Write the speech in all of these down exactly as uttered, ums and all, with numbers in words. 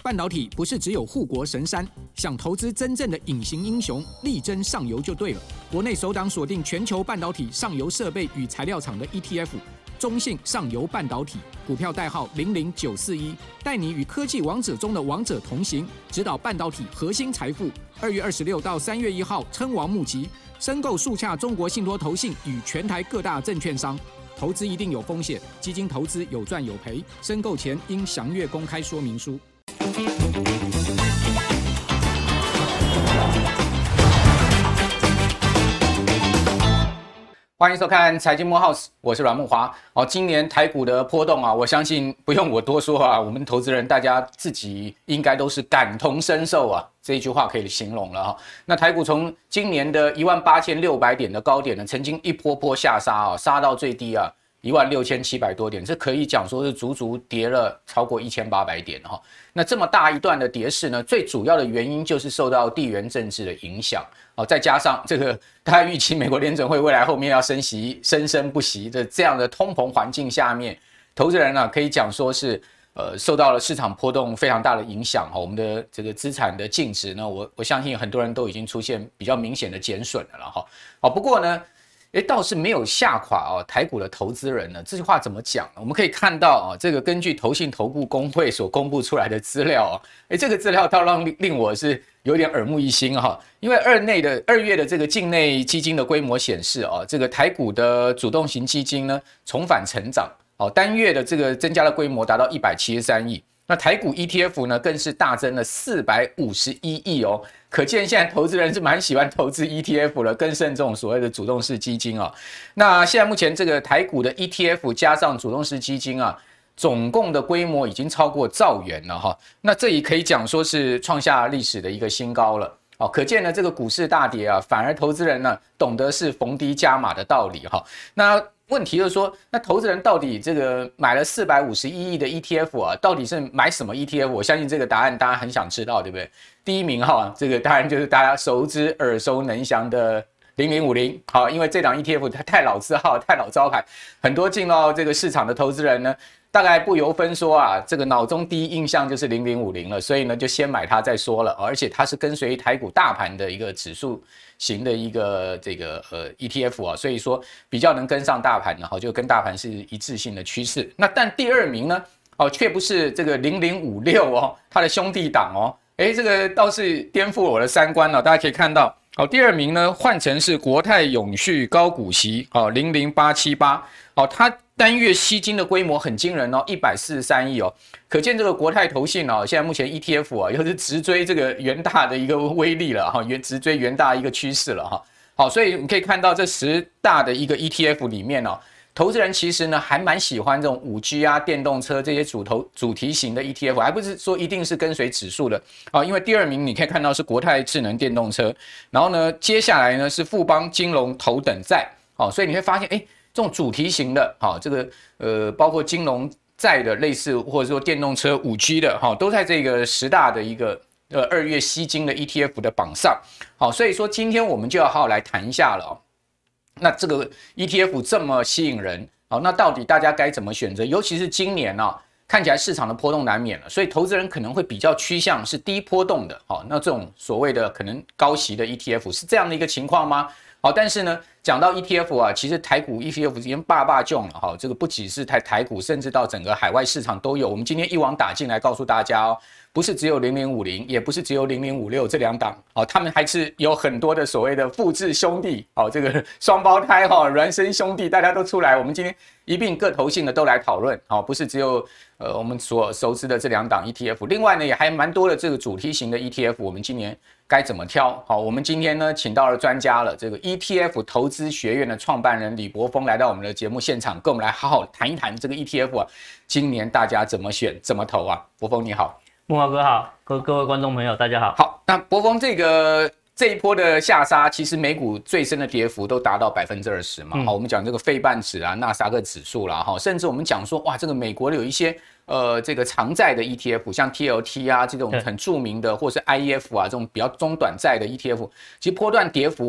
半导体不是只有护国神山，想投资真正的隐形英雄，力争上游就对了。国内首档锁定全球半导体上游设备与材料厂的 E T F， 中信上游半导体，股票代号零零九四一，带你与科技王者中的王者同行，指导半导体核心财富。二月二十六到三月一号，称王募集，申购速洽中国信托投信与全台各大证券商。投资一定有风险，基金投资有赚有赔，申购前应详阅公开说明书。 欢迎收看财经木 house， 我是阮木华。哦，今年台股的波动啊，我相信不用我多说啊，我们投资人大家自己应该都是感同身受啊，这一句话可以形容了哈。那台股从今年的一万八千六百点的高点呢，曾经一波波下杀啊，杀到最低啊一万六千七百多点，这可以讲说是足足跌了超过一千八百点哈。那这么大一段的跌势呢，最主要的原因就是受到地缘政治的影响。哦，再加上这个大家预期美国联准会未来后面要升息，生生不息的这样的通膨环境下面，投资人呢、啊、可以讲说是呃受到了市场波动非常大的影响哈。我们的这个资产的净值呢，我我相信很多人都已经出现比较明显的减损了哈。好，不过呢，诶倒是没有吓垮哦台股的投资人呢。这句话怎么讲呢？我们可以看到啊，这个根据投信投顾公会所公布出来的资料啊，诶这个资料倒让令我是有点耳目一新哈，因为二内的二月的这个境内基金的规模显示啊，这个台股的主动型基金呢重返成长，哦，单月的这个增加的规模达到一百七十三亿，那台股 E T F 呢更是大增了四百五十一亿哦，可见现在投资人是蛮喜欢投资 E T F 了，更胜这种所谓的主动式基金啊。那现在目前这个台股的 E T F 加上主动式基金啊，总共的规模已经超过兆元了哈，那这也可以讲说是创下历史的一个新高了。哦，可见呢这个股市大跌啊，反而投资人呢懂得是逢低加码的道理哈。那问题就是说，那投资人到底这个买了四百五十一亿的 E T F 啊，到底是买什么 E T F？ 我相信这个答案大家很想知道，对不对？第一名哈，这个当然就是大家熟知、耳熟能详的零零五零，好，因为这档 E T F 它太老字号、太老招牌，很多进到这个市场的投资人呢，大概不由分说啊，这个脑中第一印象就是零零五零了，所以呢就先买它再说了，而且它是跟随台股大盘的一个指数型的一个这个呃 E T F 啊，所以说比较能跟上大盘，然后就跟大盘是一致性的趋势。那但第二名呢，哦却不是这个零零五六哦，它的兄弟档哦，哎这个倒是颠覆我的三观了、哦，大家可以看到。好，第二名呢换成是国泰永续高股息，好零零八七八，好它单月吸金的规模很惊人哦，一百四十三亿哦，可见这个国泰投信哦，现在目前 E T F 啊又是直追这个元大的一个威力了哈，直追元大一个趋势了哈。好，所以你可以看到这十大的一个 E T F 里面哦，投资人其实呢还蛮喜欢这种 五 G 啊、电动车这些主投主题型的 E T F， 还不是说一定是跟随指数的啊。因为第二名你可以看到是国泰智能电动车，然后呢接下来呢是富邦金融头等债，好，所以你会发现哎。这种主题型的，好，这个呃，包括金融债的类似，或者说电动车、五 G 的，哈，都在这个十大的一个呃二月吸金的 E T F 的榜上，好，所以说今天我们就要好好来谈一下了、哦。那这个 E T F 这么吸引人，好，那到底大家该怎么选择？尤其是今年啊，看起来市场的波动难免了，所以投资人可能会比较趋向是低波动的，好，那这种所谓的可能高息的 E T F 是这样的一个情况吗？好，但是呢，讲到 E T F 啊，其实台股 E T F 已经霸霸中了哈，这个不只是台台股，甚至到整个海外市场都有。我们今天一网打尽来告诉大家哦，不是只有零零五零，也不是只有零零五六这两档哦，他们还是有很多的所谓的复制兄弟哦，这个双胞胎哈，孪生兄弟，大家都出来，我们今天一并各投信的都来讨论，好，不是只有呃我们所熟知的这两档 E T F， 另外呢也还蛮多的这个主题型的 E T F， 我们今年该怎么挑？好，我们今天呢请到了专家了，这个 E T F 投资学院的创办人李柏锋来到我们的节目现场，跟我们来好好谈一谈这个 E T F 啊，今年大家怎么选、怎么投啊？柏锋你好， 木华哥好，各各位观众朋友大家好。 好，那柏锋这个。这一波的下杀，其实美股最深的跌幅都达到百分之二十嘛。好、嗯，我们讲这个费半指啊、纳斯达克指数啦，哈，甚至我们讲说，哇，这个美国的有一些呃这个长债的 E T F， 像 T L T 啊这种很著名的，或是 I E F 啊这种比较中短债的 E T F， 其实波段跌幅啊，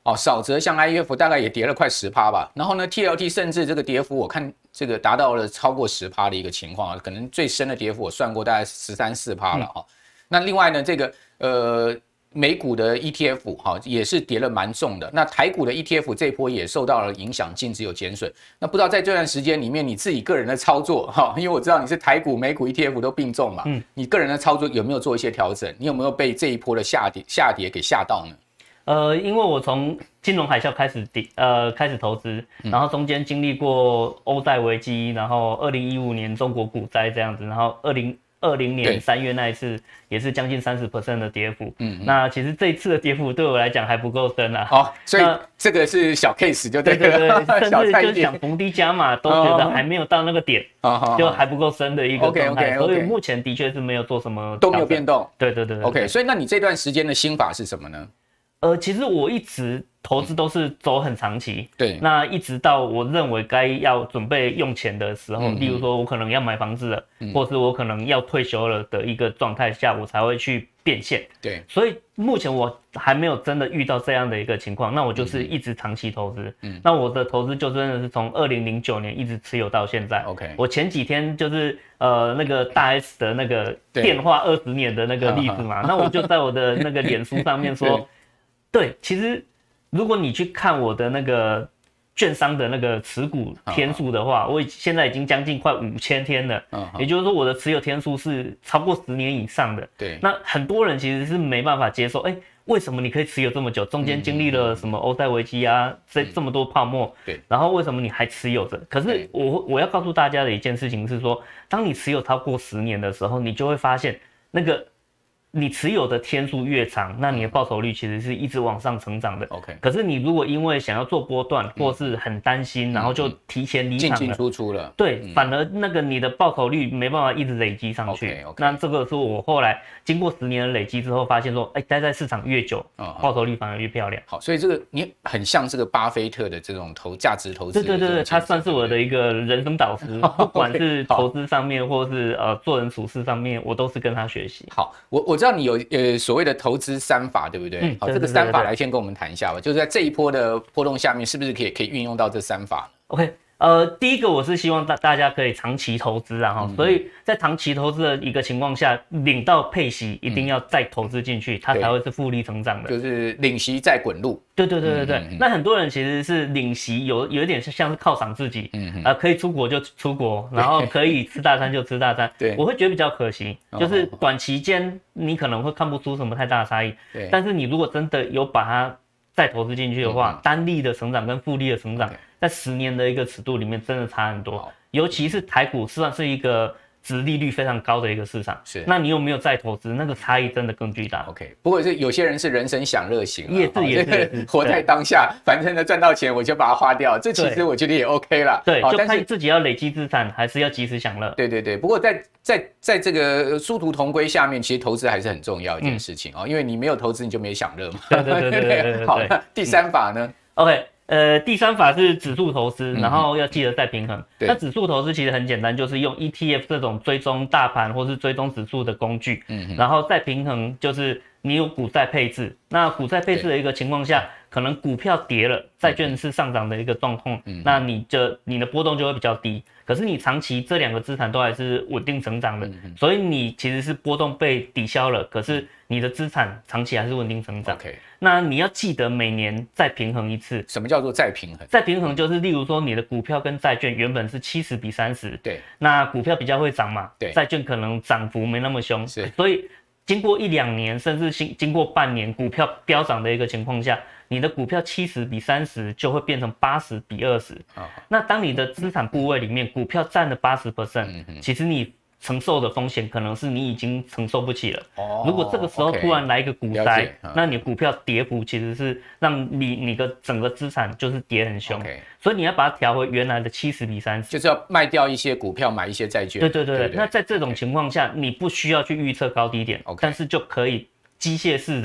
哦，少则像 I E F 大概也跌了快十趴吧。然后呢 ，T L T 甚至这个跌幅我看这个达到了超过十趴的一个情况啊，可能最深的跌幅我算过大概十三四趴了哈、嗯。那另外呢，这个呃。美股的 E T F 哈也是跌了蛮重的，那台股的 E T F 这一波也受到了影响，净值有减损。那不知道在这段时间里面，你自己个人的操作哈，因为我知道你是台股、美股 E T F 都并重嘛，嗯，你个人的操作有没有做一些调整？你有没有被这一波的下跌下跌给吓到呢？ 呃，因为我从金融海啸开始跌，呃，开始投资，然后中间经历过欧债危机，然后二零一五年中国股灾这样子，然后二零。二零年三月那一次也是将近三十 percent 的跌幅，嗯，那其实这一次的跌幅对我来讲还不够深啊。 哦，所以这个是小 case 就对了， 对对对，甚至就是想逢低加码，都觉得还没有到那个点，哦、就还不够深的一个状态。所以目前的确是没有做什么都没有变动。 对对 对, 对 ，OK， 所以那你这段时间的心法是什么呢？ 呃，其实我一直投资都是走很长期， 对， 那一直到我认为该要准备用钱的时候，嗯、例如说我可能要买房子了，嗯、或是我可能要退休了的一个状态下，我才会去变现。 对， 所以目前我还没有真的遇到这样的一个情况，那我就是一直长期投资。嗯，那我的投资就真的是从二零零九年一直持有到现在。 OK， 我前几天就是呃那个大 S 的那个电话二十年的那个例子嘛，那我就在我的那个脸书上面说。对，其实如果你去看我的那个券商的那个持股天数的话，我现在已经将近快五千天了，也就是说我的持有天数是超过十年以上的。 对， 那很多人其实是没办法接受，哎，为什么你可以持有这么久？中间经历了什么欧债危机啊，这这么多泡沫， 对， 然后为什么你还持有着？可是我我要告诉大家的一件事情是说，当你持有超过十年的时候，你就会发现那个。你持有的天数越长，那你的报酬率其实是一直往上成长的。 OK， 可是你如果因为想要做波段，或是很担心，嗯、然后就提前离场了， 进进出出了， 对，嗯、反而那个你的报酬率没办法一直累积上去。 Okay, okay. 那这个是我后来经过十年的累积之后发现说，哎，待在市场越久，哦、报酬率反而越漂亮。 好，所以这个你很像这个巴菲特的这种投价值投资。 对对对对，他算是我的一个人生导师，不管是投资上面，或是呃做人处事上面，我都是跟他学习。 好，我我知道你有呃。所谓的投资三法，对不对？嗯、好，这个三法来先跟我们谈一下吧。就是在这一波的波动下面，是不是可以可以运用到这三法 ？OK， 呃，第一个我是希望大大家可以长期投资啊，哈、嗯，所以在长期投资的一个情况下，领到配息一定要再投资进去，嗯、它才会是复利成长的。 就是领息再滚入。 对对对对对，嗯嗯嗯那很多人其实是领息有有一点像是犒赏自己，嗯嗯呃，可以出国就出国，然后可以吃大餐就吃大餐。对，我会觉得比较可惜，就是短期间你可能会看不出什么太大的差异，对。但是你如果真的有把它再投资进去的话，嗯嗯单利的成长跟复利的成长，在十年的一个尺度里面真的差很多，尤其是台股算是一个。殖利率非常高的一个市场，是，那你有没有再投资？那个差异真的更巨大。 OK， 不过是有些人是人生享乐型， 也是也是活在当下，反正呢赚到钱我就把它花掉，这其实我觉得也 OK 啦。 对，就看自己要累积资产，还是要及时享乐。 对对对，不过在在在这个殊途同归下面，其实投资还是很重要一件事情哦，嗯、因为你没有投资你就没享乐嘛。 对对对对对对对。 好，那第三法呢、嗯、 ？OK。呃，第三法是指数投资，然后要记得再平衡。嗯、那指数投资其实很简单，就是用 E T F 这种追踪大盘或是追踪指数的工具，嗯，然后再平衡就是你有股债配置。那股债配置的一个情况下，可能股票跌了，债券是上涨的一个状况，嗯、那你就你的波动就会比较低。可是你长期这两个资产都还是稳定成长的，嗯、所以你其实是波动被抵消了，可是你的资产长期还是稳定成长。 Okay. 那你要记得每年再平衡一次。 什么叫做再平衡？ 再平衡就是例如说你的股票跟债券原本是七十比三十， 对， 那股票比较会涨嘛， 对， 债券可能涨幅没那么凶， 是， 所以经过一两年甚至经过半年股票飙涨的一个情况下，你的股票七十比三十就会变成八十比二十。哦、那当你的资产部位里面股票占了 百分之八十，嗯、其实你承受的风险可能是你已经承受不起了。哦、如果这个时候突然来一个股灾，嗯、那你股票跌幅其实是让你你的整个资产就是跌很凶。Okay. 所以你要把它调回原来的七十比三十， 就是要卖掉一些股票，买一些债券。 对对 对, 对, 对, 对。那在这种情况下， okay. 你不需要去预测高低点， okay. 但是就可以机械式的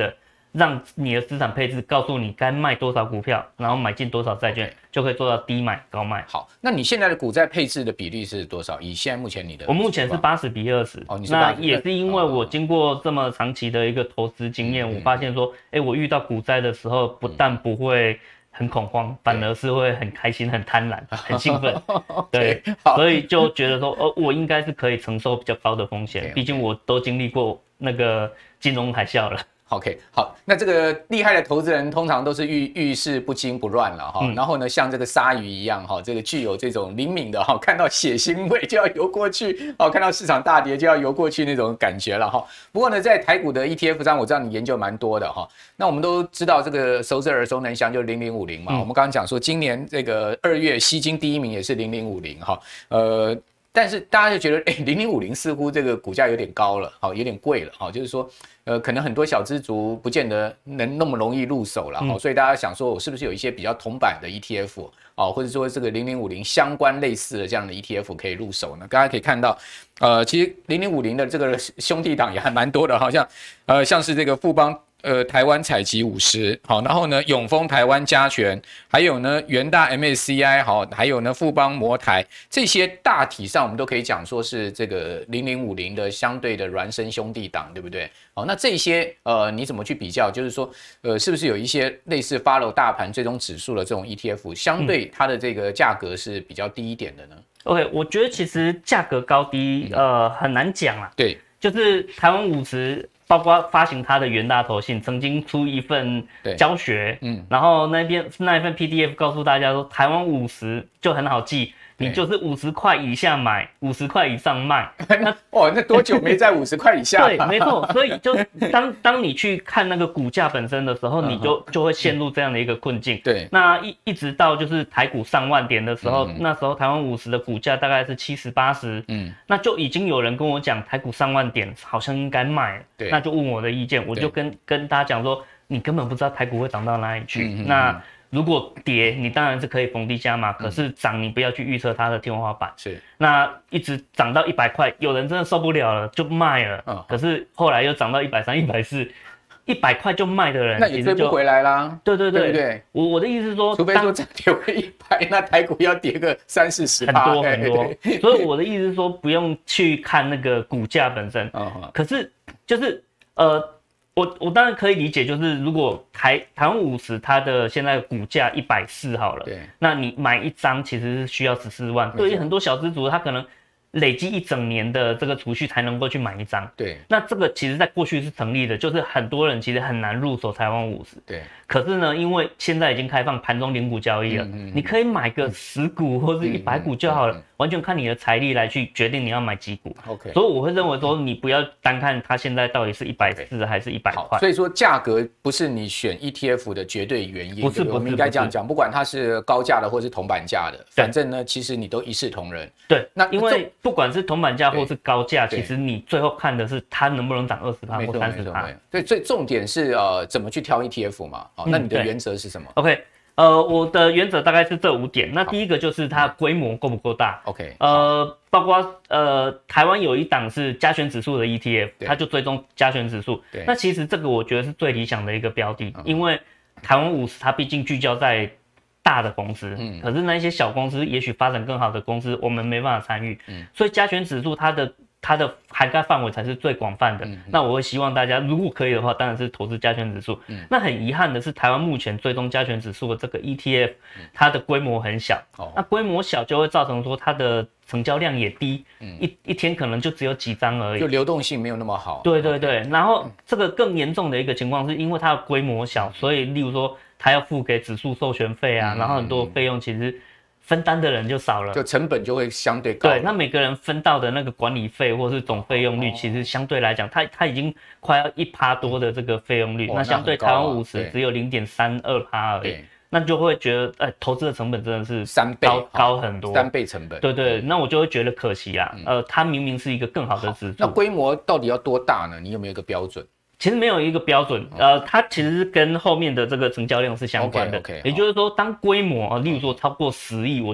让你的资产配置告诉你该卖多少股票，然后买进多少债券， okay. 就可以做到低买高卖。 好，那你现在的股债配置的比例是多少？以现在目前你的， 我目前是八十比二十。 哦，你是那也是因为我经过这么长期的一个投资经验， 嗯、 我发现说，哎、欸，我遇到股灾的时候，不但不会很恐慌，反而是会很开心、很贪婪、很兴奋。对，所以就觉得说，哦，我应该是可以承受比较高的风险， okay, okay. 毕竟我都经历过那个金融海啸了。 OK， 好，那这个厉害的投资人通常都是遇遇事不惊不乱了哈、嗯，然后呢，像这个鲨鱼一样哈，这个具有这种灵敏的哈，看到血腥味就要游过去，哦，看到市场大跌就要游过去那种感觉了哈。不过呢，在台股的 E T F 上，我知道你研究蛮多的哈。那我们都知道这个熟知耳熟能详就是零零五零嘛、嗯，我们刚刚讲说今年这个二月吸金第一名也是零零五零哈，呃。但是大家就觉得，哎，零零五零似乎这个股价有点高了，好，有点贵了，好，就是说，呃，可能很多小资族不见得能那么容易入手了，好、嗯，所以大家想说，我是不是有一些比较铜板的 E T F 哦，或者说这个零零五零相关类似的这样的 E T F 可以入手呢？大家可以看到，呃，其实零零五零的这个兄弟档也还蛮多的，好像，呃，像是这个富邦。呃，台湾采集五十，好，然后呢，永丰台湾加权，还有呢，元大 M S C I， 好，还有呢，富邦摩台，这些大体上我们都可以讲说是这个零零五零的相对的孪生兄弟档，对不对？好，那这些呃，你怎么去比较？就是说，呃，是不是有一些类似 follow 大盘最终指数的这种 E T F， 相对它的这个价格是比较低一点的呢？ OK， 我觉得其实价格高低，呃，很难讲啦。 对， 就是台湾五十。包括发行它的元大投信曾经出一份教学，嗯，然后那边那一份 P D F 告诉大家说，台湾五十就很好记，你就是五十块以下买，五十块以上卖。 那哦，那多久没在五十块以下？ 对，没错。所以就当当你去看那个股价本身的时候，你就就会陷入这样的一个困境。 对， 那一一直到就是台股上万点的时候，嗯、那时候台湾五十的股价大概是七十八十，嗯，那就已经有人跟我讲台股上万点好像应该卖，对，那就问我的意见，我就跟跟大家讲说，你根本不知道台股会涨到哪里去，嗯、那。如果跌，你当然是可以逢低加码，可是涨你不要去预测它的天花板。是，那一直涨到一百块，有人真的受不了了就卖了。嗯，可是后来又涨到一百三、一百四，一百块就卖的人， 那也追不回来啦。 对对对， 对不对？ 我我的意思是说， 除非说再跌回一百，那台股要跌个三四十， 很多很多。所以我的意思是说，不用去看那个股价本身。嗯，可是就是呃。我我当然可以理解，就是如果台台湾五十它的现在股价一百四好了，对，那你买一张其实是需要十四万，对于很多小资族他可能累积一整年的这个储蓄才能够去买一张，对，那这个其实在过去是成立的，就是很多人其实很难入手台湾五十，对，可是呢，因为现在已经开放盘中零股交易了，嗯嗯、你可以买个十股或是一百股就好了。嗯嗯嗯完全看你的财力来去决定你要买几股 ，OK。所以我会认为说，你不要单看它现在到底是一百四还是一百块。 所以说价格不是你选 E T F 的绝对原因， 不是不是， 我们应该这样讲，不管它是高价的或是铜板价的，反正呢，其实你都一视同仁。 对，那因为不管是铜板价或是高价，其实你最后看的是它能不能涨二十趴或三十趴。 对，所以重点是呃怎么去挑 E T F 嘛？好，那你的原则是什么 ？OK。呃，我的原则大概是这五点。那第一个就是它规模够不够大 ？OK。 呃，包括呃，台湾有一档是加权指数的 E T F， 它就追踪加权指数。那其实这个我觉得是最理想的一个标的，嗯、因为台湾五十它毕竟聚焦在大的公司，嗯，可是那一些小公司也许发展更好的公司，我们没办法参与。嗯，所以加权指数它的它的涵盖范围才是最广泛的。嗯、那我会希望大家如果可以的话，当然是投资加权指数。嗯、那很遗憾的是，台湾目前追踪加权指数的这个 E T F，、嗯、它的规模很小。哦、那规模小就会造成说它的成交量也低，嗯、一一天可能就只有几张而已， 就流动性没有那么好。 对对对， okay. 然后这个更严重的一个情况是因为它的规模小，所以例如说它要付给指数授权费啊，嗯、然后很多费用其实。分担的人就少了， 就成本就会相对高。 对，那每个人分到的那个管理费或是总费用率，其实相对来讲，它它已经快要一趴多的这个费用率，哦、那相对台湾五十只有零点三二趴而已，那就会觉得，哎、呃，投资的成本真的是三倍高高很多， 三倍成本。 对对，那我就会觉得可惜啊，嗯、呃，它明明是一个更好的指数， 那规模到底要多大呢？你有没有一个标准？ 其实没有一个标准，呃，它其实是跟后面的这个成交量是相关的。Okay, okay, 也就是说，当规模啊，例如说超过十亿，我觉得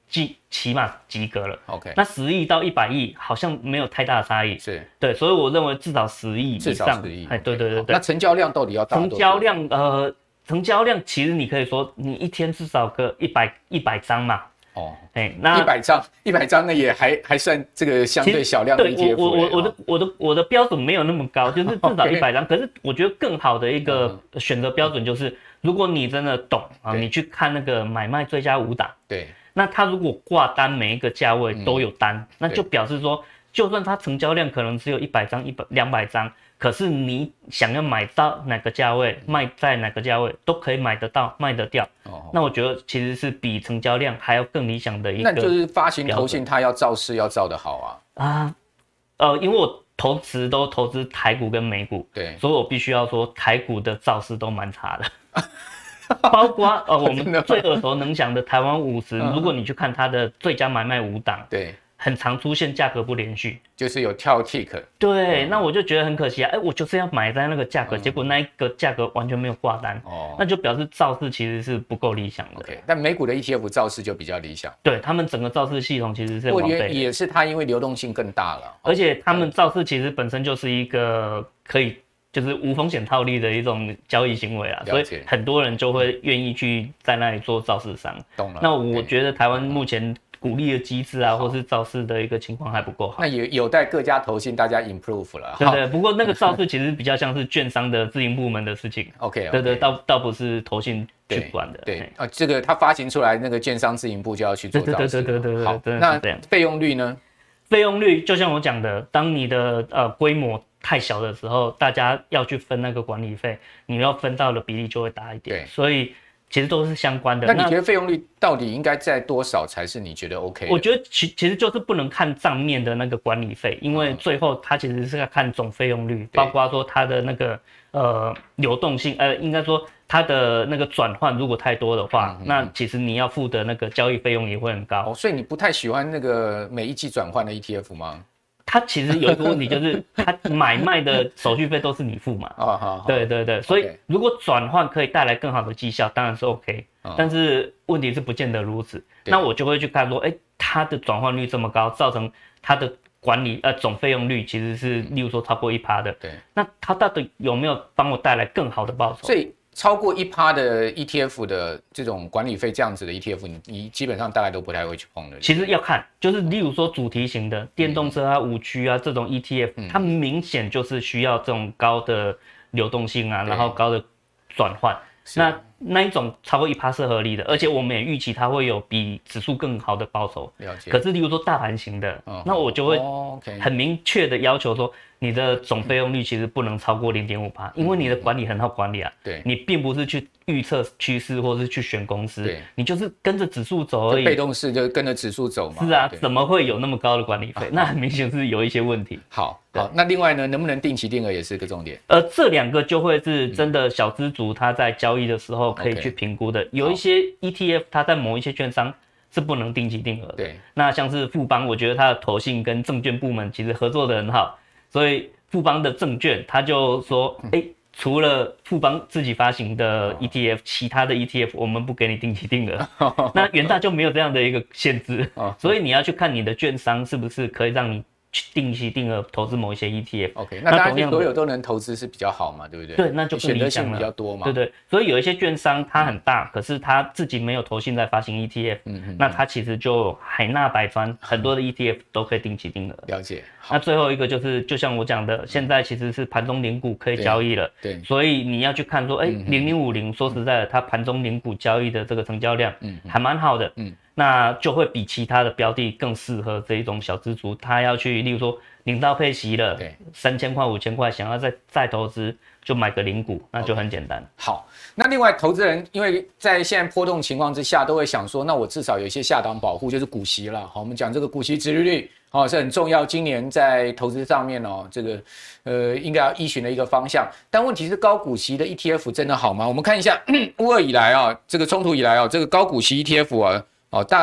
起起码及格了。 OK， 那十亿到一百亿好像没有太大的差异。 是， 对，所以我认为至少十亿以上。 至少十亿。 哎，对对对对。 那成交量到底要大多少？ 成交量呃，成交量其实你可以说你一天至少个一百一百张嘛。哦，哎，那一百张，一百张那也还还算这个相对小量的 E T F。 对，我我我的我的我的标准没有那么高，就是至少一百张。可是我觉得更好的一个选择标准就是，如果你真的懂啊，你去看那个买卖最佳五档， 对， 那他如果挂单每一个价位都有单，嗯、那就表示说，就算它成交量可能只有一百张、一百两百张。可是你想要买到哪个价位，卖在哪个价位，都可以买得到、卖得掉。哦，那我觉得其实是比成交量还要更理想的一个。 那就是发行投信，它要造势要造得好啊。 啊，呃，因为我投资都投资台股跟美股， 对， 所以我必须要说台股的造势都蛮差的。包括呃我们最耳熟能详的台湾五十，如果你去看它的最佳买卖五档， 对。 很常出现价格不连续， 就是有跳 tick。 对，嗯、那我就觉得很可惜啊！哎，我就是要买在那个价格，嗯、结果那一个价格完全没有挂单，哦，那就表示造势其实是不够理想的。 OK， 但美股的 E T F 造势就比较理想。 对，他们整个造势系统其实是完备的， 也是它因为流动性更大了， 而且他们造势其实本身就是一个可以就是无风险套利的一种交易行为啊，所以很多人就会愿意去在那里做造势商。 懂了。 那我觉得台湾目前鼓励的机制啊，或是造势的一个情况还不够好。 那也有待各家投信大家 improve 了。 对对，不过那个造势其实比较像是券商的自营部门的事情。 OK， 对对，倒倒不是投信去管的。 对啊，这个它发行出来那个券商自营部就要去做造势。 对对对对对。 好，那费用率呢？ 费用率就像我讲的，当你的呃规模太小的时候，大家要去分那个管理费，你要分到的比例就会大一点。对，所以。其实都是相关的。 那你觉得费用率到底应该在多少才是你觉得 OK 的？ 我觉得其其实就是不能看账面的那个管理费，因为最后它其实是要看总费用率，包括说它的那个呃流动性，呃应该说它的那个转换如果太多的话，嗯、那其实你要付的那个交易费用也会很高。 哦，所以你不太喜欢那个每一季转换的 E T F 吗？ 它其实有一个问题，就是它买卖的手续费都是你付嘛。哦，好，对对对，所以如果转换可以带来更好的绩效，当然是 OK。但是问题是不见得如此。那我就会去看说，哎，它的转换率这么高，造成它的管理呃总费用率其实是，例如说超过一趴的。对，那它到底有没有帮我带来更好的报酬？ 所以超过一趴的 E T F 的这种管理费这样子的 E T F， 你, 你基本上大概都不太会去碰的。 其实要看，就是例如说主题型的电动车啊、五驱啊这种 E T F，、嗯、它明显就是需要这种高的流动性啊，然后高的转换。那那一种超过一趴是合理的，而且我们也预期它会有比指数更好的报酬。了解。可是例如说大盘型的，哦、那我就会很明确的要求说，你的总费用率其实不能超过 零点五趴，因为你的管理很好管理啊。对。你并不是去预测趋势或是去选公司，对，你就是跟着指数走而已。 被动式就跟着指数走嘛。 是啊，怎么会有那么高的管理费？那很明显是有一些问题。 好，好，那另外呢，能不能定期定额也是个重点。 呃，这两个就会是真的小资族他在交易的时候可以去评估的。Okay. 有一些 E T F 它在某一些券商是不能定期定额的。对，那像是富邦，我觉得它的投信跟证券部门其实合作的很好，所以富邦的证券他就说，哎、欸。除了富邦自己发行的 E T F，、哦、其他的 E T F 我们不给你定期定额。哦、那元大就没有这样的一个限制，哦、所以你要去看你的券商是不是可以让你去定期定额投资某一些 E T F。OK， 那当然所有都能投资是比较好嘛，对不对？ 对，那就选择性比较多嘛。 对对，所以有一些券商它很大，嗯、可是它自己没有投信在发行 E T F，嗯嗯，那它其实就海纳百川，很多的 E T F 都可以定期定额。 了解。 那最后一个就是，就像我讲的，现在其实是盘中零股可以交易了，对，对，所以你要去看说，哎、欸，零零五零，说实在的，它盘中零股交易的这个成交量，嗯，还蛮好的，嗯，那就会比其他的标的更适合这一种小资族，他要去，例如说领到配息了，对，三千块、五千块，想要再再投资，就买个零股，那就很简单。 Okay. 好，那另外投资人因为在现在波动情况之下，都会想说，那我至少有一些下档保护，就是股息了。好，我们讲这个股息殖利率。哦，是很重要。今年在投资上面哦，这个呃应该要依循的一个方向。但问题是，高股息的 E T F 真的好吗？我们看一下乌俄以来啊、哦，这个冲突以来啊、哦，这个高股息 E T F 啊，哦，大概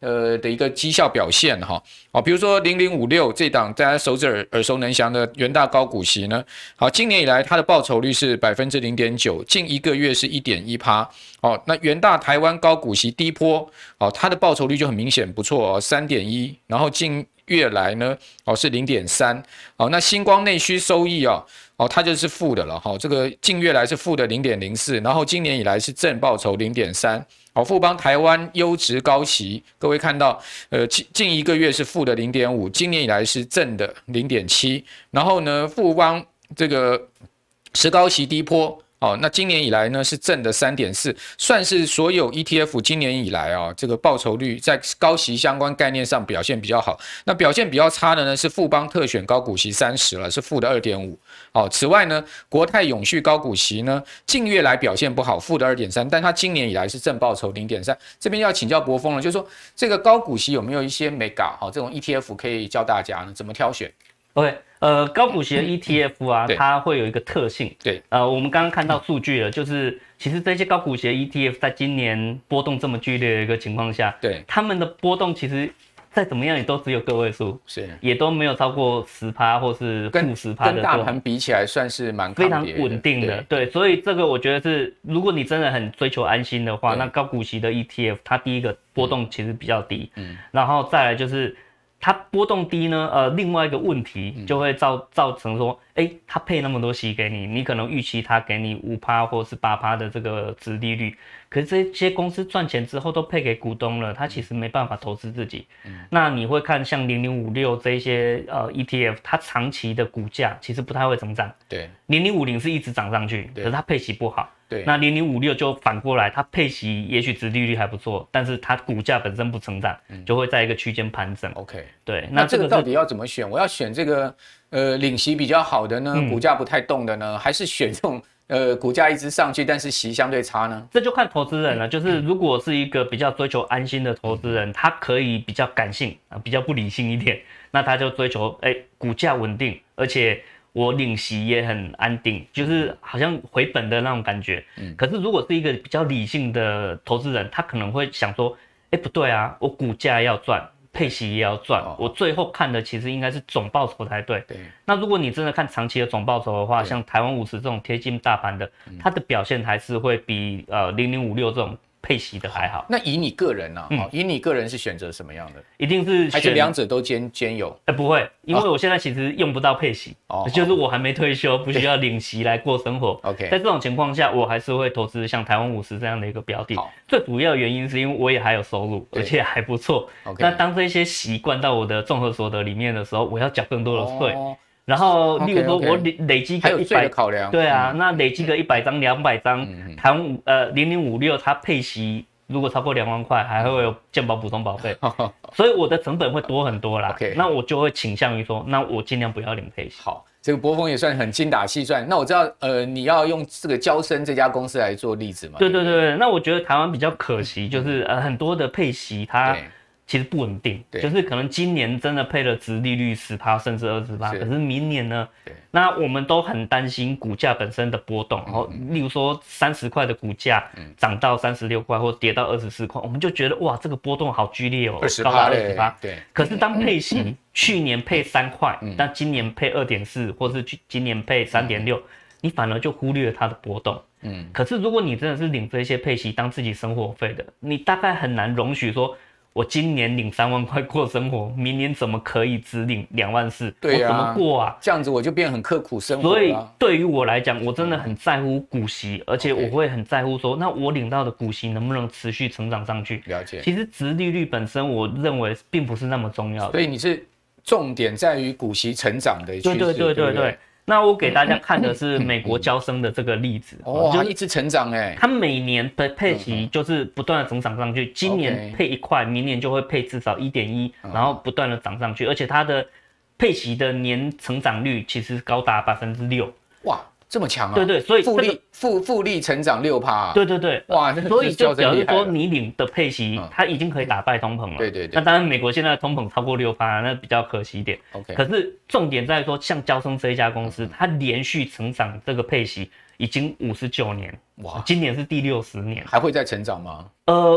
呃的一个绩效表现哈，哦，比如说零零五六这档大家熟知耳耳熟能详的元大高股息呢，好，今年以来它的报酬率是百分之零点九，近一个月是一点一趴，哦，那元大台湾高股息低波，哦，它的报酬率就很明显不错哦，三点一，然后近月来呢，哦是零点三，哦，那星光内需收益哦。哦，它就是负的了哈，这个近月来是负的零点零四，然后今年以来是正报酬零点三。好，富邦台湾优质高息，各位看到，呃，近近一个月是负的零点五，今年以来是正的零点七。然后呢，富邦这个持高息低波。哦，那今年以来呢是正的 三点四， 算是所有 E T F 今年以来啊、哦，这个报酬率在高息相关概念上表现比较好。那表现比较差的呢是富邦特选高股息三十了，是负的 二点五。哦，此外呢，国泰永续高股息呢近月来表现不好，负的 二点三， 但它今年以来是正报酬 零点三。这边要请教柏峰了，就是说这个高股息有没有一些 mega 好、哦、这种 E T F 可以教大家呢怎么挑选？ OK， 呃，高股息的 E T F 啊， 嗯、 它会有一个特性， 对， 呃，我们刚刚看到数据了，就是其实这些高股息的 E T F 在今年波动这么剧烈的一个情况下， 对， 他们的波动其实再怎么样也都只有个位数， 是， 也都没有超过十趴或是负十趴的， 跟大盘比起来算是蛮非常稳定的，对，对，所以这个我觉得是，如果你真的很追求安心的话，那高股息的 E T F 它第一个波动其实比较低，嗯，然后再来就是。它波动低呢，呃，另外一个问题就会造造成说，哎，它配那么多息给你，你可能预期它给你五趴或是八趴的这个殖利率，可是这些公司赚钱之后都配给股东了，它其实没办法投资自己。嗯、那你会看像零零五六这些呃 E T F， 它长期的股价其实不太会成长。 对， 零零五零是一直涨上去，可是它配息不好。 对， 那零零五六就反过来，它配息也许殖利率还不错，但是它股价本身不成长，嗯、就会在一个区间盘整。 OK， 对， 那这个到底要怎么选？我要选这个呃领息比较好的呢，嗯、股价不太动的呢，还是选这种呃股价一直上去，但是息相对差呢？ 这就看投资人了。就是如果是一个比较追求安心的投资人，他可以比较感性啊，比较不理性一点，那他就追求哎股价稳定，而且。我领息也很安定，就是好像回本的那种感觉。嗯，可是如果是一个比较理性的投资人，他可能会想说，哎，不对啊，我股价要赚，配息也要赚，哦、我最后看的其实应该是总报酬才对。对。那如果你真的看长期的总报酬的话，像台湾五十这种贴近大盘的，嗯、它的表现还是会比呃零零五六这种。配息的还好。 那以你个人呢、啊？嗯、以你个人是选择什么样的？ 一定是还是两者都兼兼有？ 哎、欸，不会，因为我现在其实用不到配息，哦、就是我还没退休，不需要领息来过生活。OK， 在这种情况下，我还是会投资像台湾五十这样的一个标的。最主要的原因是因为我也还有收入，而且还不错。Okay. 那当这些习惯到我的综合所得里面的时候，我要缴更多的税。哦然后，例如说，我累累积个一百，对啊，嗯、那累积个一百张、两百张，嗯、台湾五呃零零五六它配息如果超过两万块，还会有健保补充保费，所以我的成本会多很多啦。Okay. 那我就会倾向于说，那我尽量不要领配息。 好，这个柏峰也算很精打细算。那我知道，呃，你要用这个交生这家公司来做例子嘛？ 对对对对，那我觉得台湾比较可惜，就是呃很多的配息它。其实不稳定，就是可能今年真的配了殖利率 百分之十 甚至 百分之二十， 可是明年呢，那我们都很担心股价本身的波动，然后例如说三十块的股价涨到三十六块或跌到二十四块，我们就觉得哇，这个波动好剧烈哦，高达 百分之二十。对，可是当配息去年配三块，但今年配 二点四 或是今年配 三点六，你反而就忽略了它的波动。嗯，可是如果你真的是领这些配息当自己生活费的，你大概很难容许说。我今年领三万块过生活，明年怎么可以只领两万四？对啊，我怎么过啊？ 这样子我就变很刻苦生活了。 所以对于我来讲，我真的很在乎股息，而且我会很在乎说，那我领到的股息能不能持续成长上去？ 了解。 其实殖利率本身，我认为并不是那么重要的。 所以你是重点在于股息成长的趋势。 对对对对 对, 對。那我给大家看的是美国交生的这个例子， 哦，它一直成长哎， 它每年的配息就是不断的增长上去，今年配一块，明年就会配至少 一点一， 然后不断的涨上去，而且它的配息的年成长率其实高达 百分之六， 哇，这么强啊！ 对对，所以复利复复利成长 百分之六、啊， 对对对，哇，所以就表示说你领的配息，它已经可以打败通膨了。对对对。那当然，美国现在的通膨超过 百分之六，那比较可惜一点。OK。可是重点在说，像交生这一家公司，它连续成长这个配息已经五十九年，哇，今年是第六十年， 还会再成长吗？ 呃。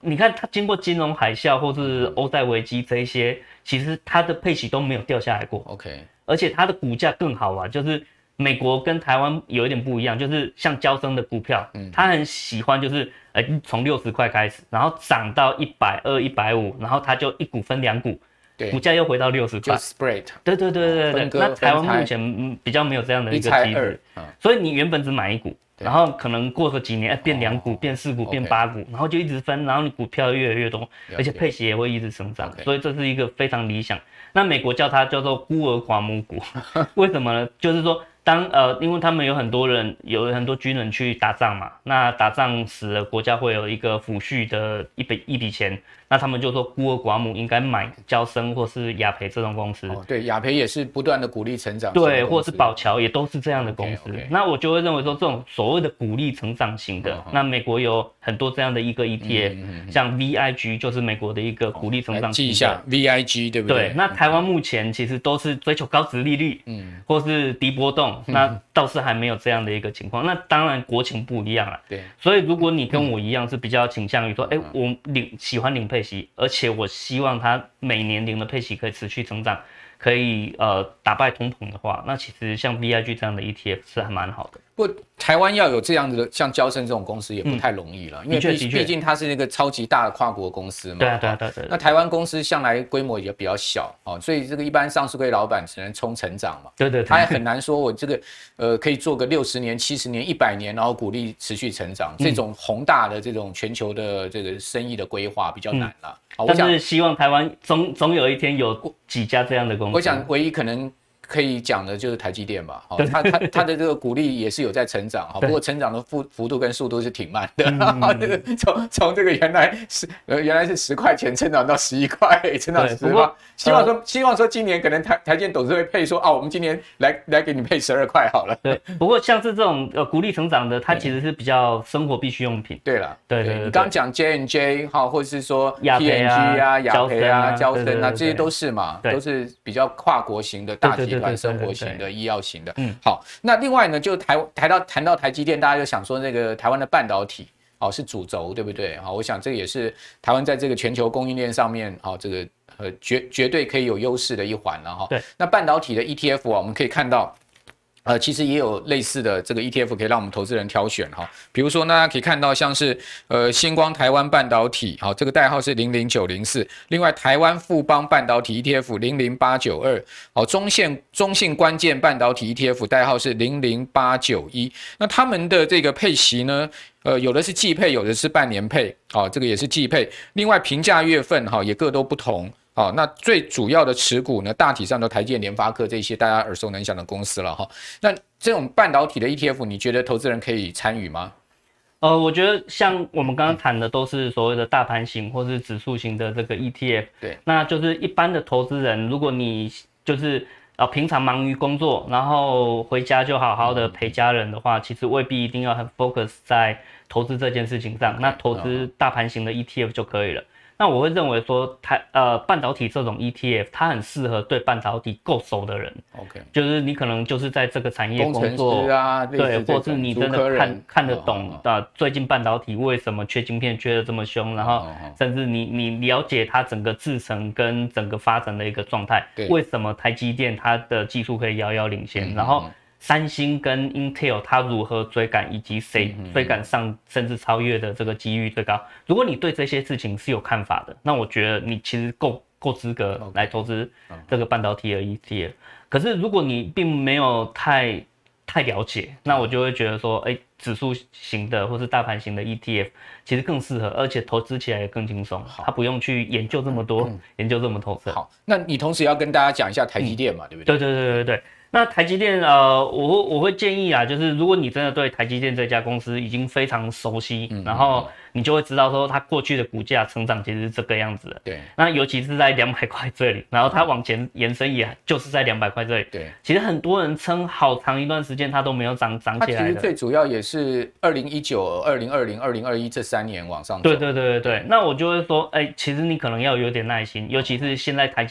你看它经过金融海啸或是欧债危机这一些，其实它的配息都没有掉下来过。 OK， 而且它的股价更好啊，就是美国跟台湾有一点不一样，就是像交生的股票，嗯，他很喜欢就是呃从六十块开始，然后涨到一百二、一百五，然后他就一股分两股。股价又回到六十块， 就 spread。 对对对对对，那台湾目前比较没有这样的一个机制，嗯、所以你原本只买一股，然后可能过个几年变两股、变四股、变八股，然后就一直分，然后你股票越来越多，而且配息也会一直成长，所以这是一个非常理想。那美国叫它叫做孤儿寡母股，为什么呢？就是说。当呃，因为他们有很多人，有很多军人去打仗嘛，那打仗死了，国家会有一个抚恤的一笔一笔钱，那他们就说孤儿寡母应该买交生或是雅培这种公司。 哦，对，雅培也是不断的鼓励成长， 对，或是宝乔也都是这样的公司。Okay, okay. 那我就会认为说，这种所谓的鼓励成长型的， uh-huh. 那美国有很多这样的一个 E T F，、嗯、像 V I G 就是美国的一个鼓励成长型的。 记一下 V I G 对不对？ 对，那台湾目前其实都是追求高殖利率，嗯，或是低波动。那倒是还没有这样的一个情况，那当然国情不一样了。 对， 所以如果你跟我一样是比较倾向于说，哎、嗯，我领喜欢领配息，而且我希望它每年领的配息可以持续成长，可以呃打败通膨的话，那其实像 V I G 这样的 E T F 是还蛮好的。 不过台湾要有这样的像交生这种公司也不太容易了，嗯、因为毕毕竟它是那个超级大的跨国公司嘛。 对啊，对啊，对啊。 那台湾公司向来规模也比较小哦，所以这个一般上市柜老板只能冲成长嘛。 对对对。 他也很难说我这个呃可以做个六十年、七十年、一百年，然后鼓励持续成长，嗯、这种宏大的这种全球的这个生意的规划比较难了。 嗯、但是希望台湾总总有一天有几家这样的公司。 我想唯一可能。可以讲的就是台积电吧，哦、它它它的这个股利也是有在成长，不过成长的幅幅度跟速度是挺慢的，嗯、这个从从这个原来是呃原来是十块钱成长到十一块，成长十块，希望说、呃、希望说今年可能台台积电董事会配说啊，我们今年来来给你配十二块好了。 对，不过像是这种呃股利成长的，它其实是比较生活必需用品。 对了， 对 对, 對, 對， 你刚讲 J and J 哈，或者是说 P and G 啊、雅培啊、交生啊，这些都是嘛，都是比较跨国型的大集团生活型的。医药型的，嗯，好，那另外呢，就台台到谈到台积电，大家就想说那个台湾的半导体，哦，是主轴，对不对？好，我想这个也是台湾在这个全球供应链上面，好，这个呃绝绝对可以有优势的一环了哈。对，那半导体的 E T F 啊，我们可以看到。呃，其实也有类似的这个 E T F 可以让我们投资人挑选哈，比如说呢，大家可以看到像是呃星光台湾半导体，好，这个代号是零零九零四，另外台湾富邦半导体 E T F 零零八九二，好，中线中信关键半导体 E T F 代号是零零八九一，那他们的这个配息呢？呃，有的是季配，有的是半年配，好、哦，这个也是季配。另外评价月份哈、哦、也各都不同，好、哦，那最主要的持股呢，大体上都台积电、联发科这些大家耳熟能详的公司了哈、哦。那这种半导体的 E T F， 你觉得投资人可以参与吗？ 呃，我觉得像我们刚刚谈的都是所谓的大盘型或是指数型的这个 E T F， 对，那就是一般的投资人，如果你就是呃平常忙于工作，然后回家就好好的陪家人的话，其实未必一定要很 focus 在投资这件事情上，那投资大盘型的 E T F 就可以了。那我会认为说台呃半导体这种 E T F 它很适合对半导体够熟的人 ，OK， 就是你可能就是在这个产业工作啊， 对，或是你真的看看得懂啊、呃，最近半导体为什么缺晶片缺得这么凶，然后甚至你你了解它整个制程跟整个发展的一个状态，为什么台积电它的技术可以遥遥领先，嗯、然后。三星跟 Intel 它如何追赶，以及谁追赶上甚至超越的这个几率最高？如果你对这些事情是有看法的，那我觉得你其实够够资格来投资这个半导体的 E T F。可是如果你并没有太太了解，那我就会觉得说，哎、欸，指数型的或是大盘型的 E T F 其实更适合，而且投资起来也更轻松，它不用去研究这么多，嗯、研究这么透彻。 好，那你同时要跟大家讲一下台积电嘛，嗯、对不对？ 对对对对对。那台积电，呃，我会我会建议啊，就是如果你真的对台积电这家公司已经非常熟悉，嗯、然后你就会知道说它过去的股价成长其实是这个样子的。对。那尤其是在两百块这里，然后它往前延伸也就是在两百块这里。对。其实很多人撑好长一段时间它都没有涨涨起来的。 它其实最主要也是二零一九、二零二零、二零二一这三年往上走。 对对对对对。那我就会说，哎、欸，其实你可能要有点耐心，尤其是现在台积电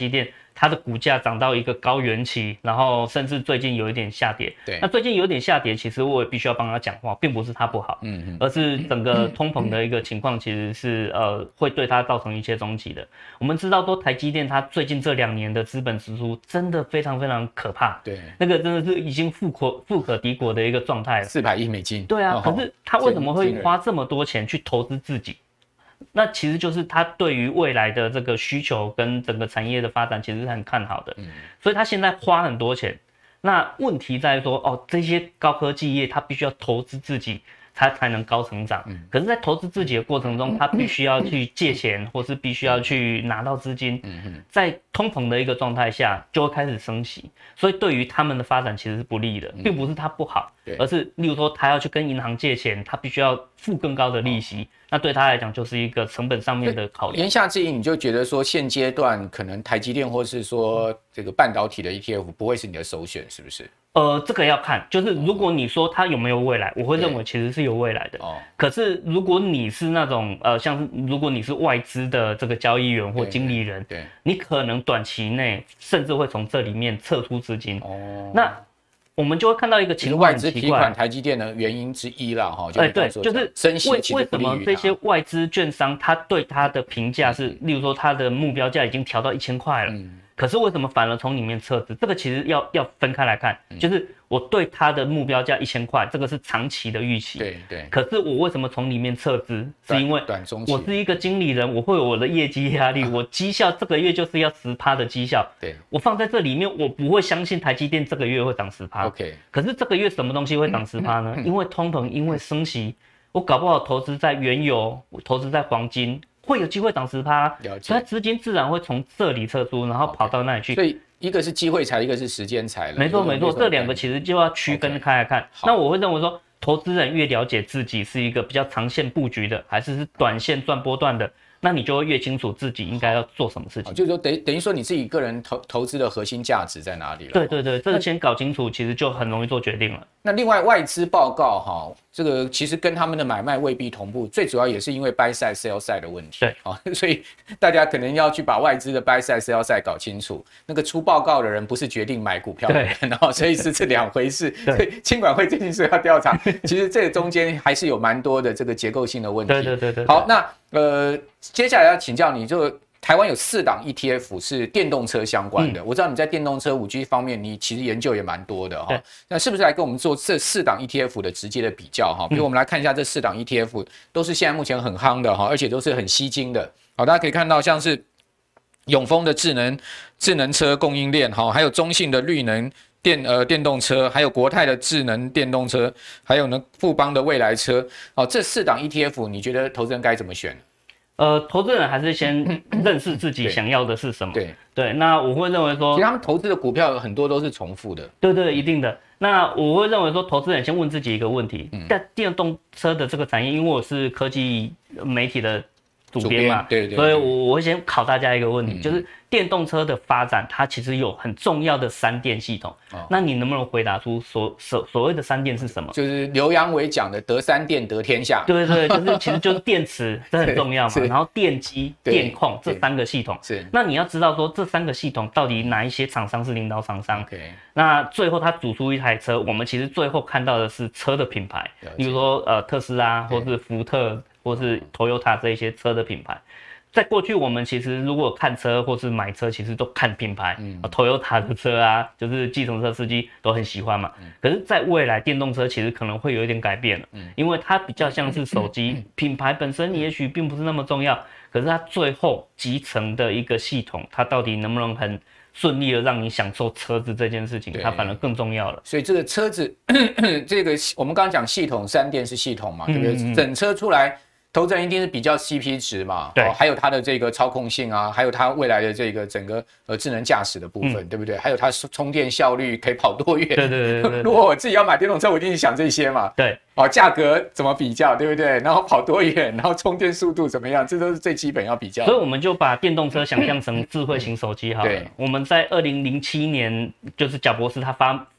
它的股价涨到一个高原期，然后甚至最近有一点下跌。 对， 那最近有点下跌，其实我也必须要帮他讲话，并不是他不好，嗯嗯，而是整个通膨的一个情况，其实是呃会对它造成一些冲击的。我们知道说台积电它最近这两年的资本支出真的非常非常可怕， 对， 那个真的是已经富可富可敌国的一个状态了， 四百亿美金。 对啊，可是他为什么会花这么多钱去投资自己？那其实就是他对于未来的这个需求跟整个产业的发展其实是很看好的，嗯，所以他现在花很多钱。那问题在说，哦，这些高科技业他必须要投资自己，他才能高成长。嗯，可是，在投资自己的过程中，他必须要去借钱，或是必须要去拿到资金。嗯，在通膨的一个状态下，就会开始升息，所以对于他们的发展其实是不利的，并不是他不好，而是例如说他要去跟银行借钱，他必须要付更高的利息。那对他来讲就是一个成本上面的考量。言下之意，你就觉得说现阶段可能台积电或是说这个半导体的 E T F 不会是你的首选，是不是？ 呃，这个要看，就是如果你说它有没有未来，我会认为其实是有未来的。哦。可是如果你是那种呃，像是如果你是外资的这个交易员或经理人，对，你可能短期内甚至会从这里面撤出资金。哦。那我们就会看到一个情况很奇怪， 外资提款台积电的原因之一啦，哈， 哎，对，就是升息其实不利于它。 为什么这些外资券商他对他的评价是，例如说他的目标价已经调到一千块了，嗯，可是为什么反而从里面撤资？这个其实要要分开来看，就是我对他的目标价一千块，这个是长期的预期， 对对。 可是我为什么从里面撤资？是因为我是一个经理人，我会有我的业绩压力，我绩效这个月就是要 百分之十 的绩效，对，我放在这里面，我不会相信台积电这个月会涨 百分之十。OK， 可是这个月什么东西会涨 百分之十 呢？因为通膨，因为升息，我搞不好投资在原油，我投资在黄金。会有机会涨 百分之十，所以资金自然会从这里撤出，然后跑到那里去。 所以一个是机会财，一个是时间财了。 没错没错，这两个其实就要区分开来看。那我会认为说，投资人越了解自己是一个比较长线布局的，还是是短线赚波段的，那你就会越清楚自己应该要做什么事情。 就是说等等于说你自己个人投投资的核心价值在哪里了？ 对对对，这个先搞清楚，其实就很容易做决定了。 那另外外资报告哈，这个其实跟他们的买卖未必同步，最主要也是因为 buy side sell side 的问题。 对， 哦，所以大家可能要去把外资的 buy side sell side 搞清楚。那个出报告的人不是决定买股票的人，然后所以是这两回事。所以金管会最近是要调查，其实这个中间还是有蛮多的这个结构性的问题。 对对对对。 好，那呃，接下来要请教你，就台湾有四档 E T F 是电动车相关的，嗯、我知道你在电动车 五 G 方面，你其实研究也蛮多的哈。那是不是来跟我们做这四档 E T F 的直接的比较哈？比如我们来看一下这四档 E T F 都是现在目前很夯的哈，而且都是很吸睛的。好，大家可以看到像是永丰的智能智能车供应链哈，还有中信的绿能电呃电动车，还有国泰的智能电动车，还有呢富邦的未来车。哦，这四档 E T F 你觉得投资人该怎么选？ 呃，投资人还是先认识自己想要的是什么。 对对，那我会认为说， 其实他们投资的股票很多都是重复的。 对对，一定的。那我会认为说，投资人先问自己一个问题：在、嗯、电动车的这个产业，因为我是科技媒体的主编嘛， 对 对, 对， 所以我我会先考大家一个问题，嗯、就是电动车的发展，它其实有很重要的三电系统。哦、那你能不能回答出所所所谓的三电是什么？ 就是刘扬伟讲的得三电得天下。 对对，就是其实就是电池，这很重要嘛。然后电机、电控这三个系统。是。那你要知道说这三个系统到底哪一些厂商是领导厂商？ OK。 那最后它组出一台车，我们其实最后看到的是车的品牌，例如说呃特斯拉或是福特。或是 Toyota 这一些车的品牌，在过去我们其实如果看车或是买车，其实都看品牌。嗯、Toyota 的车啊，就是计程车司机都很喜欢嘛。嗯、可是，在未来电动车其实可能会有一点改变了，嗯、因为它比较像是手机，嗯、品牌本身也许并不是那么重要，可是它最后集成的一个系统，它到底能不能很顺利的让你享受车子这件事情，它反而更重要了。 所以这个车子，这个我们刚刚讲系统，三电是系统嘛，对不对？嗯嗯整车出来。投资人一定是比较 C P 值嘛，对、哦，还有它的这个操控性啊，还有它未来的这个整个呃智能驾驶的部分，嗯、对不对？还有它充电效率可以跑多远？ 对对 对, 对, 对。 如果我自己要买电动车，我一定想这些嘛。 对。 哦，价格怎么比较，对不对？然后跑多远，然后充电速度怎么样，这都是最基本要比较的。 所以我们就把电动车想象成智慧型手机好了。对。我们在二零零七年，就是贾博士他发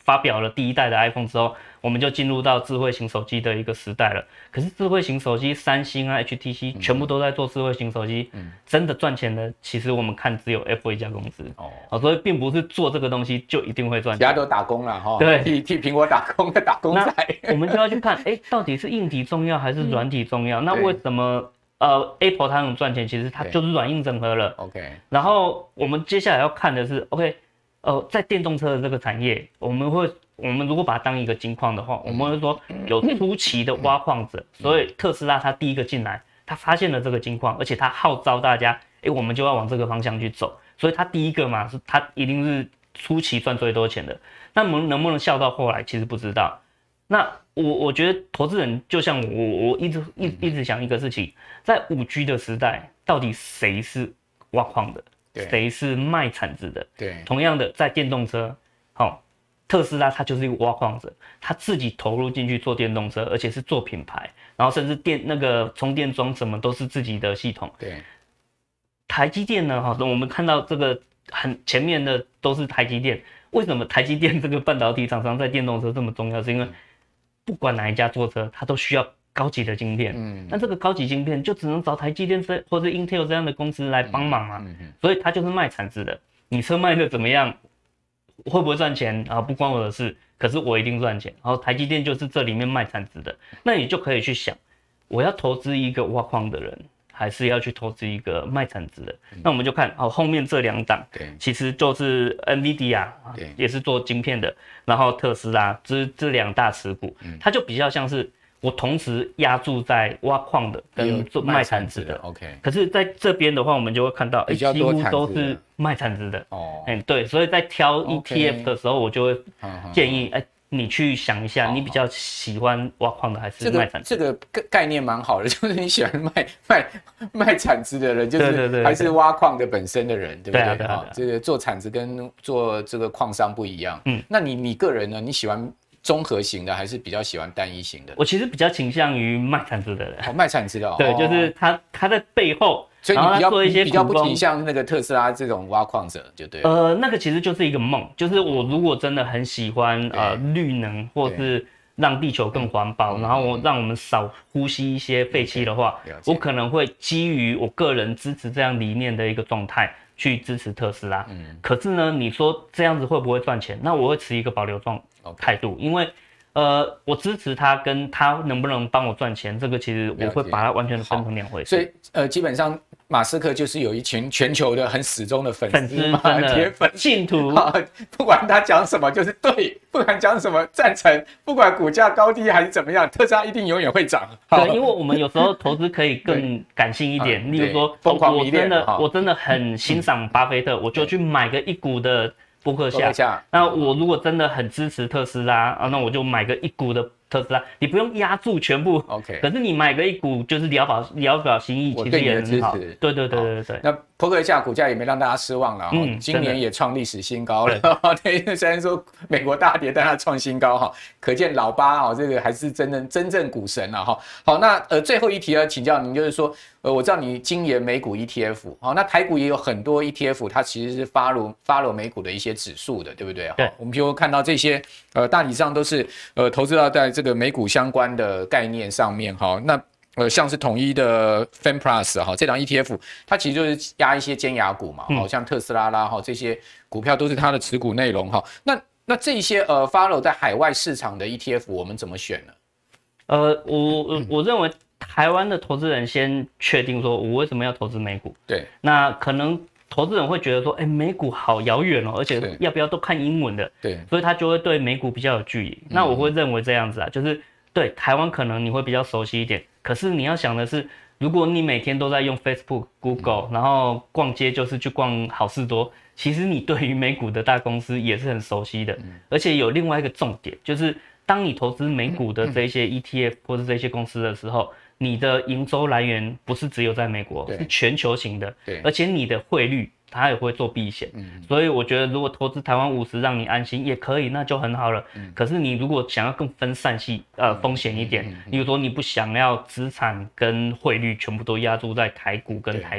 发表了第一代的 iPhone 之后，我们就进入到智慧型手机的一个时代了。可是智慧型手机，三星啊、H T C 全部都在做智慧型手机，嗯、真的赚钱的，其实我们看只有 Apple 一家公司哦，哦，所以并不是做这个东西就一定会赚钱， 其他都打工了哈， 对， 替替苹果打工的打工仔。 我们就要去看，哎，到底是硬体重要还是软体重要？嗯、那为什么呃 Apple 它能赚钱？其实它就是软硬整合了。 OK， 然后我们接下来要看的是 OK。呃，在电动车的这个产业，我们会，我们如果把它当一个金矿的话，我们会说有初期的挖矿者，所以特斯拉它第一个进来，他发现了这个金矿，而且他号召大家，哎，我们就要往这个方向去走，所以他第一个嘛，是他一定是初期赚最多钱的。那能能不能笑到后来，其实不知道。那我我觉得投资人就像我，我一直一一直想一个事情，在 五 G 的时代，到底谁是挖矿的？谁是卖铲子的？ 对， 同样的，在电动车，好、哦，特斯拉它就是一个挖矿者，他自己投入进去做电动车，而且是做品牌，然后甚至电那个充电桩什么都是自己的系统。 对， 台积电呢，哈，我们看到这个很前面的都是台积电，为什么台积电这个半导体厂商在电动车这么重要？是因为不管哪一家做车，它都需要高级的晶片，嗯，那这个高级晶片就只能找台积电这或者 Intel 这样的公司来帮忙嘛，嗯嗯、所以它就是卖铲子的。你车卖的怎么样，会不会赚钱啊？不关我的事，可是我一定赚钱。然后台积电就是这里面卖铲子的，那你就可以去想，我要投资一个挖矿的人，还是要去投资一个卖铲子的？嗯、那我们就看哦，后面这两档，其实就是 NVIDIA 也是做晶片的，然后特斯拉这这两大持股，嗯、它就比较像是。我同时押注在挖矿的跟做卖铲子的 ，OK。 可是在这边的话，我们就会看到，哎、欸，几乎都是卖铲子的。哦，哎、欸，对，所以在挑 E T F 的时候，我就会建议，哎、欸，你去想一下，你比较喜欢挖矿的还是卖铲子？ 这个这个概念蛮好的，就是你喜欢卖卖卖铲子的人，就是还是挖矿的本身的人，对不对？对啊，这个做铲子跟做这个矿商不一样。嗯，那你你个人呢？你喜欢？综合型的还是比较喜欢单一型的？ 我其实比较倾向于卖铲子的人。 哦，卖铲子的、哦。 对，就是他他在背后， 所以你比较做一些比较不倾向那个特斯拉这种挖矿者，就对了。 呃，那个其实就是一个梦，就是我如果真的很喜欢呃绿能，或是让地球更环保，然后我让我们少呼吸一些废气的话，我可能会基于我个人支持这样理念的一个状态。去支持特斯拉，嗯，可是呢，你说这样子会不会赚钱？那我会持一个保留状态度， okay. 因为，呃，我支持他跟他能不能帮我赚钱，这个其实我会把它完全的分成两回事。 所以，呃，基本上马斯克就是有一群全球的很死忠的粉丝嘛， 铁粉信徒， 不管他讲什么就是对，不管讲什么赞成，不管股价高低还是怎么样，特斯拉一定永远会涨。 对，因为我们有时候投资可以更感性一点，例如说， 疯狂迷恋， 我真的我真的很欣赏巴菲特，我就去买个一股的波克夏。那我如果真的很支持特斯拉啊，那我就买个一股的。特斯拉，你不用压住全部 ，OK。 可是你买个一股就是聊表聊表心意，其实也很好。对对对对对。 那波克夏股价也没让大家失望了，嗯，今年也创历史新高了。对，虽然说美国大跌，但它创新高哈，可见老巴哈这个还是真正真正股神了哈。好，那呃最后一题呢，请教您就是说，呃我知道你精研美股 E T F， 好，那台股也有很多 E T F， 它其实是 follow follow 美股的一些指数的，对不对？ 对。 我们比如看到这些呃大体上都是呃投资到在这个美股相关的概念上面哈，那呃像是统一的 FANPLUS 哈，这档 E T F 它其实就是压一些尖牙股嘛，好、嗯、像特斯拉啦哈这些股票都是它的持股内容哈。那那这些呃 follow 在海外市场的 E T F 我们怎么选呢？ 呃，我我认为台湾的投资人先确定说我为什么要投资美股， 对， 那可能。投资人会觉得说，哎、欸，美股好遥远哦，而且要不要都看英文的， 对， 所以他就会对美股比较有距离。嗯、那我会认为这样子啊，就是对台湾可能你会比较熟悉一点，可是你要想的是，如果你每天都在用 Facebook、Google，、嗯、然后逛街就是去逛好事多，其实你对于美股的大公司也是很熟悉的，嗯、而且有另外一个重点，就是当你投资美股的这些 E T F 或是这些公司的时候。你的营收来源不是只有在美国，是全球型的，而且你的汇率它也会做避险，嗯、所以我觉得如果投资台湾五十让你安心也可以，那就很好了。嗯、可是你如果想要更分散系呃风险一点，比如说你不想要资产跟汇率全部都压注在台股跟台币，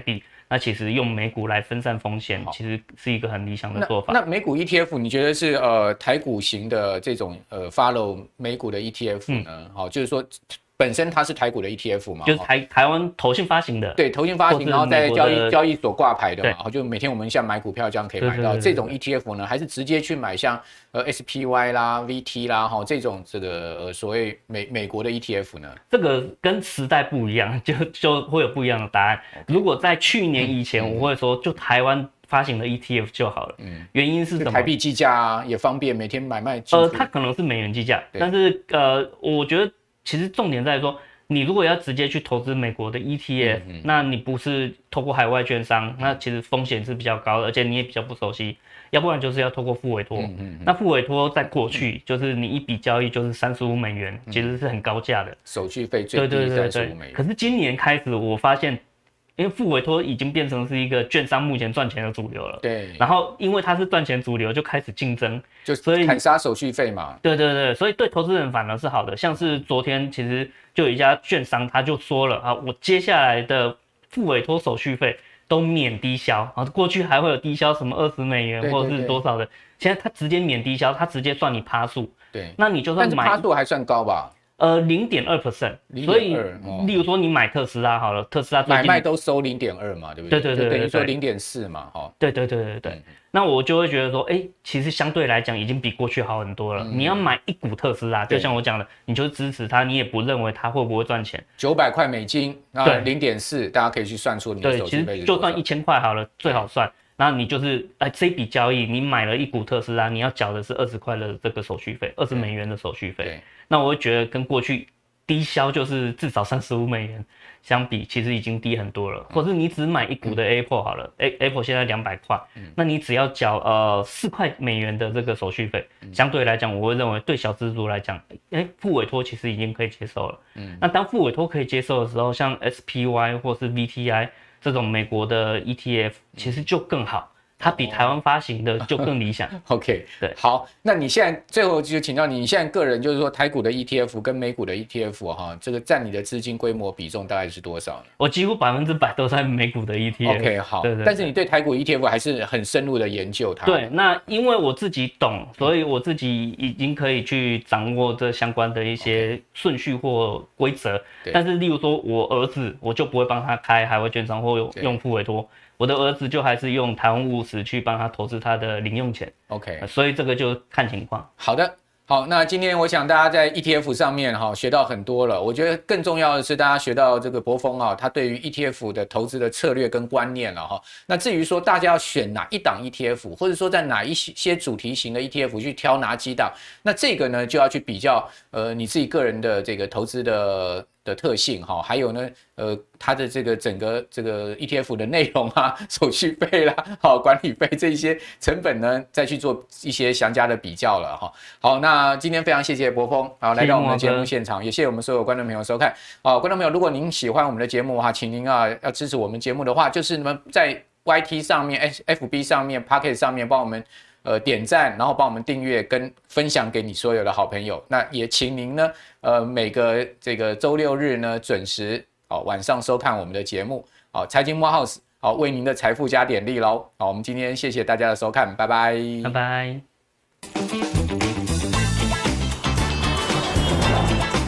那其实用美股来分散风险，其实是一个很理想的做法。 那, 那美股 E T F 你觉得是呃台股型的这种呃 follow 美股的 E T F 呢？好、嗯，就是说本身它是台股的 E T F 嘛， 就是台台湾投信发行的， 对，投信发行，然后在交易交易所挂牌的嘛，就每天我们像买股票这样可以买到。对对对对对，这种 E T F 呢，还是直接去买像呃 S P Y 啦、V T 啦，哈这种这个呃所谓美美国的 E T F 呢？ 这个跟时代不一样，就就会有不一样的答案。Okay. 如果在去年以前，嗯、我会说就台湾发行的 E T F 就好了。嗯，原因是什么？ 台币计价啊，也方便，每天买卖。 呃，它可能是美元计价，但是呃，我觉得其实重点在说。你如果要直接去投资美国的 E T F，、嗯、那你不是透过海外券商，嗯、那其实风险是比较高的，而且你也比较不熟悉。要不然就是要透过副委托。嗯嗯嗯、那副委托在过去、嗯、就是你一笔交易就是三十五美元，嗯、其实是很高价的， 手续费最低三十五美元。 可是今年开始，我发现。因为副委托已经变成是一个券商目前赚钱的主流了， 对。 然后因为它是赚钱主流，就开始竞争， 就所以砍杀手续费嘛。 对对对，所以对投资人反而是好的。像是昨天其实就有一家券商他就说了啊，我接下来的副委托手续费都免低消啊，过去还会有低消什么二十美元或者是多少的，现在他直接免低消，他直接算你趴数。 对， 那你就算买， 但是趴数还算高吧？ 呃，零点二 percent， 所以、哦、例如说你买特斯拉好了，特斯拉买卖都收零点二嘛，对不对？ 对对 对, 对， 等于说零点四嘛，哈、哦。 对对对对对，嗯、那我就会觉得说，哎、欸，其实相对来讲已经比过去好很多了。嗯、你要买一股特斯拉，就像我讲的，你就支持它，你也不认为它会不会赚钱。 九百块美金，那零点四，大家可以去算出你的手续费是多少。 对，其实就算一千块好了，最好算。然后你就是哎，这笔交易你买了一股特斯拉，你要缴的是二十块的这个手续费，二十美元的手续费。那我会觉得跟过去。低消就是至少三十五美元，相比其实已经低很多了。或是你只买一股的 Apple 好了、嗯、，Apple 现在两百块，那你只要缴呃四块美元的这个手续费，嗯、相对来讲，我会认为对小资族来讲，哎，副委托其实已经可以接受了。嗯，那当副委托可以接受的时候，像 S P Y 或是 V T I 这种美国的 E T F， 其实就更好。它比台湾发行的就更理想。 OK， 对， 好，那你现在最后就请教你，你现在个人就是说台股的 E T F 跟美股的 E T F 哈，这个占你的资金规模比重大概是多少呢？ 我几乎百分之百都在美股的 E T F。OK， 好， 对 对, 对。 但是你对台股 E T F 还是很深入的研究它。 对，那因为我自己懂，所以我自己已经可以去掌握这相关的一些顺序或规则。但是例如说我儿子，我就不会帮他开海外券商或用副委托。我的儿子就还是用台湾务实去帮他投资他的零用钱 ，OK， 所以这个就看情况。 好的，好，那今天我想大家在 E T F 上面哈学到很多了，我觉得更重要的是大家学到这个柏峰啊，他对于 E T F 的投资的策略跟观念了哈。那至于说大家要选哪一档 E T F， 或者说在哪一些主题型的 E T F 去挑哪几档，那这个呢就要去比较呃你自己个人的这个投资的。的特性哈，还有呢，呃，它的这个整个这个 E T F 的内容啊、手续费啦、好管理费这些成本呢，再去做一些详加的比较了哈。好，那今天非常谢谢柏峰，好来到我们的节目现场，也谢谢我们所有观众朋友收看。好，观众朋友，如果您喜欢我们的节目哈，请您啊要支持我们节目的话，就是你们在 Y T 上面、F B 上面、Pocket 上面帮我们。呃，点赞，然后帮我们订阅跟分享给你所有的好朋友。那也请您呢，呃，每个这个周六日呢，准时哦晚上收看我们的节目。好，财经慕 House 好为您的财富加点力喽。好，我们今天谢谢大家的收看，拜拜， 拜拜。